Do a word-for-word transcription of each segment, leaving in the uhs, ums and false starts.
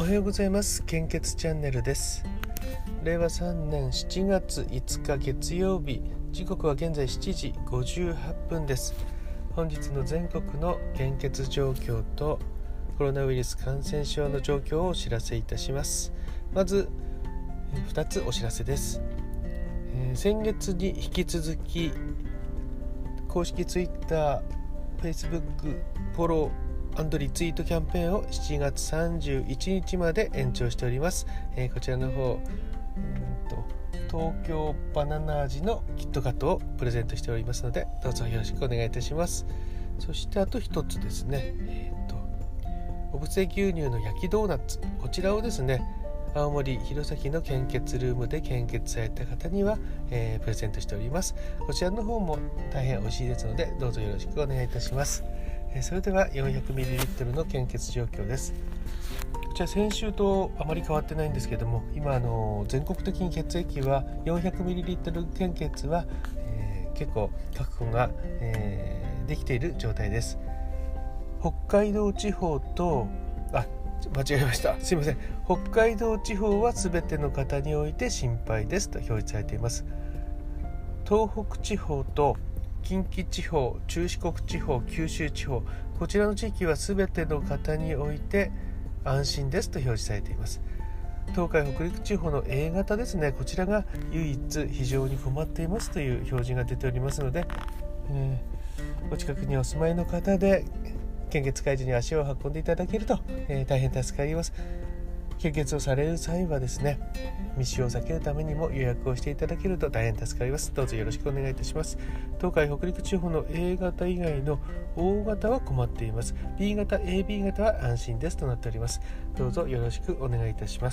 はようございます。献血チャンネルです。れいわさんねんしちがついつか月曜日、時刻は現在しちじごじゅうはっぷんです。本日の全国の献血状況とコロナウイルス感染症の状況をお知らせいたします。まずふたつお知らせです。えー、先月に引き続き公式ツイッター、Facebook フォローリツイートキャンペーンをしちがつさんじゅういちにちまで延長しております。えー、こちらの方、うんと東京バナナ味のキットカットをプレゼントしておりますので、どうぞよろしくお願いいたします。そしてあと一つですね、えーと小布施牛乳の焼きドーナツ、こちらをですね、青森弘前の献血ルームで献血された方には、えー、プレゼントしております。こちらの方も大変美味しいですので、どうぞよろしくお願いいたします。えー、それでは よんひゃくミリリットル の献血状況です。こちら先週とあまり変わってないんですけども、今あの全国的に血液は よんひゃくミリリットル 献血は、えー、結構確保が、えー、できている状態です。北海道地方とあ間違えました。すいません。北海道地方はすべての方において心配ですと表示されています。東北地方と近畿地方、中四国地方、九州地方、こちらの地域はすべての方において安心ですと表示されています。東海北陸地方の A 型ですね、こちらが唯一非常に困っていますという表示が出ておりますので、えー、お近くにお住まいの方で献血会場に足を運んでいただけると、えー、大変助かります。献血をされる際はですね、密集を避けるためにも予約をしていただけると大変助かります。どうぞよろしくお願いいたします。東海北陸地方の A 型以外の O 型は困っています。 B 型、 エービー 型は安心ですとなっております。どうぞよろしくお願いいたします。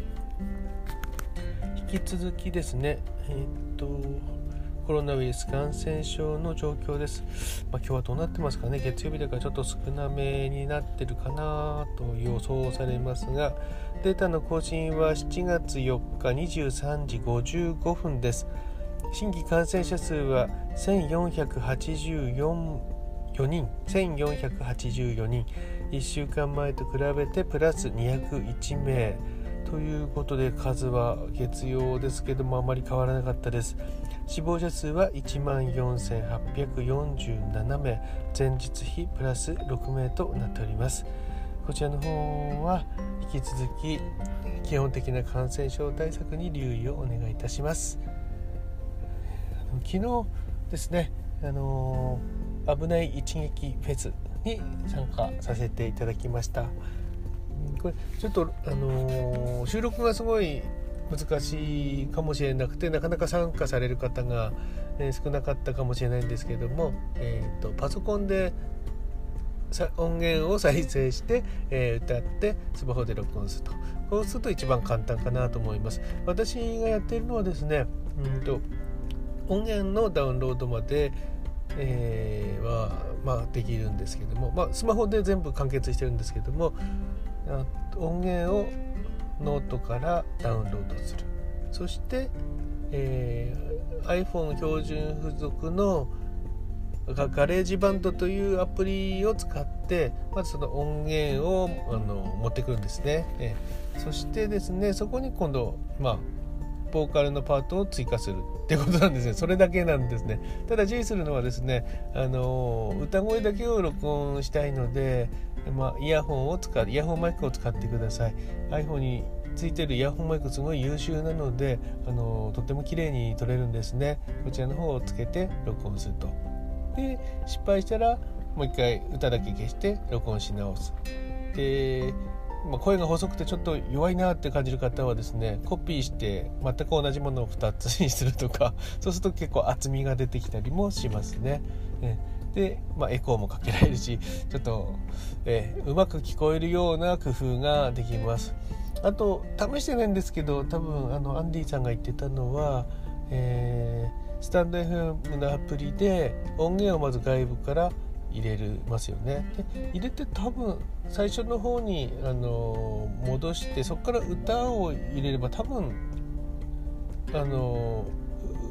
引き続きですね、えー、っとコロナウイルス感染症の状況です。まあ、今日はどうなってますかね。月曜日だからちょっと少なめになってるかなと予想されますが、データの更新はしちがつよっかにじゅうさんじごじゅうごふんです。新規感染者数はせんよんひゃくはちじゅうよにん、せんよんひゃくはちじゅうよにん、いっしゅうかんまえと比べてプラスにひゃくいちめいということで、数は月曜ですけどもあまり変わらなかったです。死亡者数はいちまんよんせんはっぴゃくよんじゅうななめい、前日比プラスろくめいとなっております。こちらの方は引き続き基本的な感染症対策に留意をお願いいたします。昨日ですね、あのー、危ない一撃フェスに参加させていただきました。これちょっと、あのー、収録がすごい難しいかもしれなくて、なかなか参加される方が、えー、少なかったかもしれないんですけれども、えーと、パソコンで音源を再生して、えー、歌ってスマホで録音すると、こうすると一番簡単かなと思います。私がやっているのはですね、うんと音源のダウンロードまで、えー、は、まあ、できるんですけども、まあ、スマホで全部完結してるんですけども、音源をノートからダウンロードする。そして、えー、iPhone 標準付属のガレージバンドというアプリを使ってまずその音源をあの持ってくるんですね。えー、そしてですね、そこに今度まあボーカルのパートを追加するっていうことなんですね。それだけなんですね。ただ注意するのはですね、あの歌声だけを録音したいので、まあ、イヤホンを使うイヤホンマイクを使ってください。 iPhone についているイヤホンマイクすごい優秀なので、あのとても綺麗に撮れるんですね。こちらの方をつけて録音すると。で失敗したらもう一回歌だけ消して録音し直す。でまあ、声が細くてちょっと弱いなって感じる方はですね、コピーして全く同じものをふたつにするとか、そうすると結構厚みが出てきたりもしますね。で、まあ、エコーもかけられるし、ちょっと、えー、うまく聞こえるような工夫ができます。あと試してないんですけど、多分あのアンディさんが言ってたのは、えー、スタンド エフエム のアプリで音源をまず外部から入れますよね。で入れて多分最初の方に、あのー、戻して、そこから歌を入れれば多分、あのー、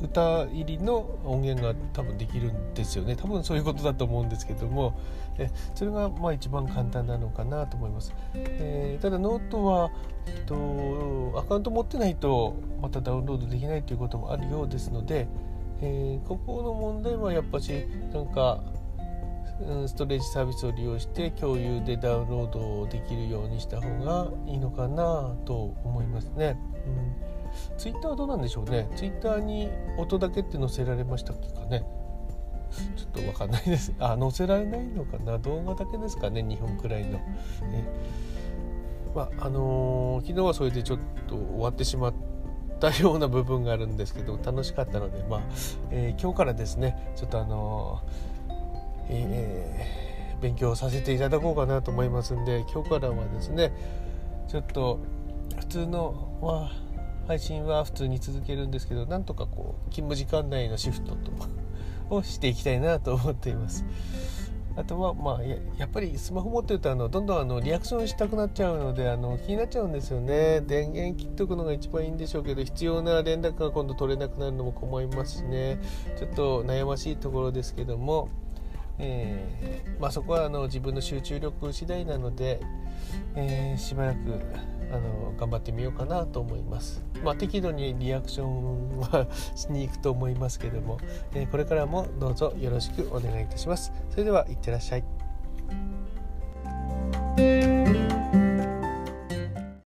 歌入りの音源が多分できるんですよね。多分そういうことだと思うんですけども、えそれがまあ一番簡単なのかなと思います。えー、ただノートは、えっと、アカウント持ってないとまたダウンロードできないということもあるようですので、えー、ここの問題はやっぱしなんかストレージサービスを利用して共有でダウンロードできるようにした方がいいのかなと思いますね。うん、ツイッターはどうなんでしょうね。ツイッターに音だけって載せられましたっけかね。ちょっとわかんないです。あ、載せられないのかな。動画だけですかね。にほんくらいの。えまああのー、昨日はそれでちょっと終わってしまったような部分があるんですけど、楽しかったので、まあえー、今日からですね、ちょっとあのーえー、勉強させていただこうかなと思いますんで、今日からはですねちょっと普通のは配信は普通に続けるんですけど、なんとかこう勤務時間内のシフトとをしていきたいなと思っています。あとは、まあ、や, やっぱりスマホ持ってるとあのどんどんあのリアクションしたくなっちゃうので、あの気になっちゃうんですよね。電源切っておくのが一番いいんでしょうけど、必要な連絡が今度取れなくなるのも困りますしね。ちょっと悩ましいところですけども、えーまあ、そこはあの自分の集中力次第なので、えー、しばらくあの頑張ってみようかなと思います。まあ、適度にリアクションはしに行くと思いますけども、えー、これからもどうぞよろしくお願いいたします。それではいってらっしゃい。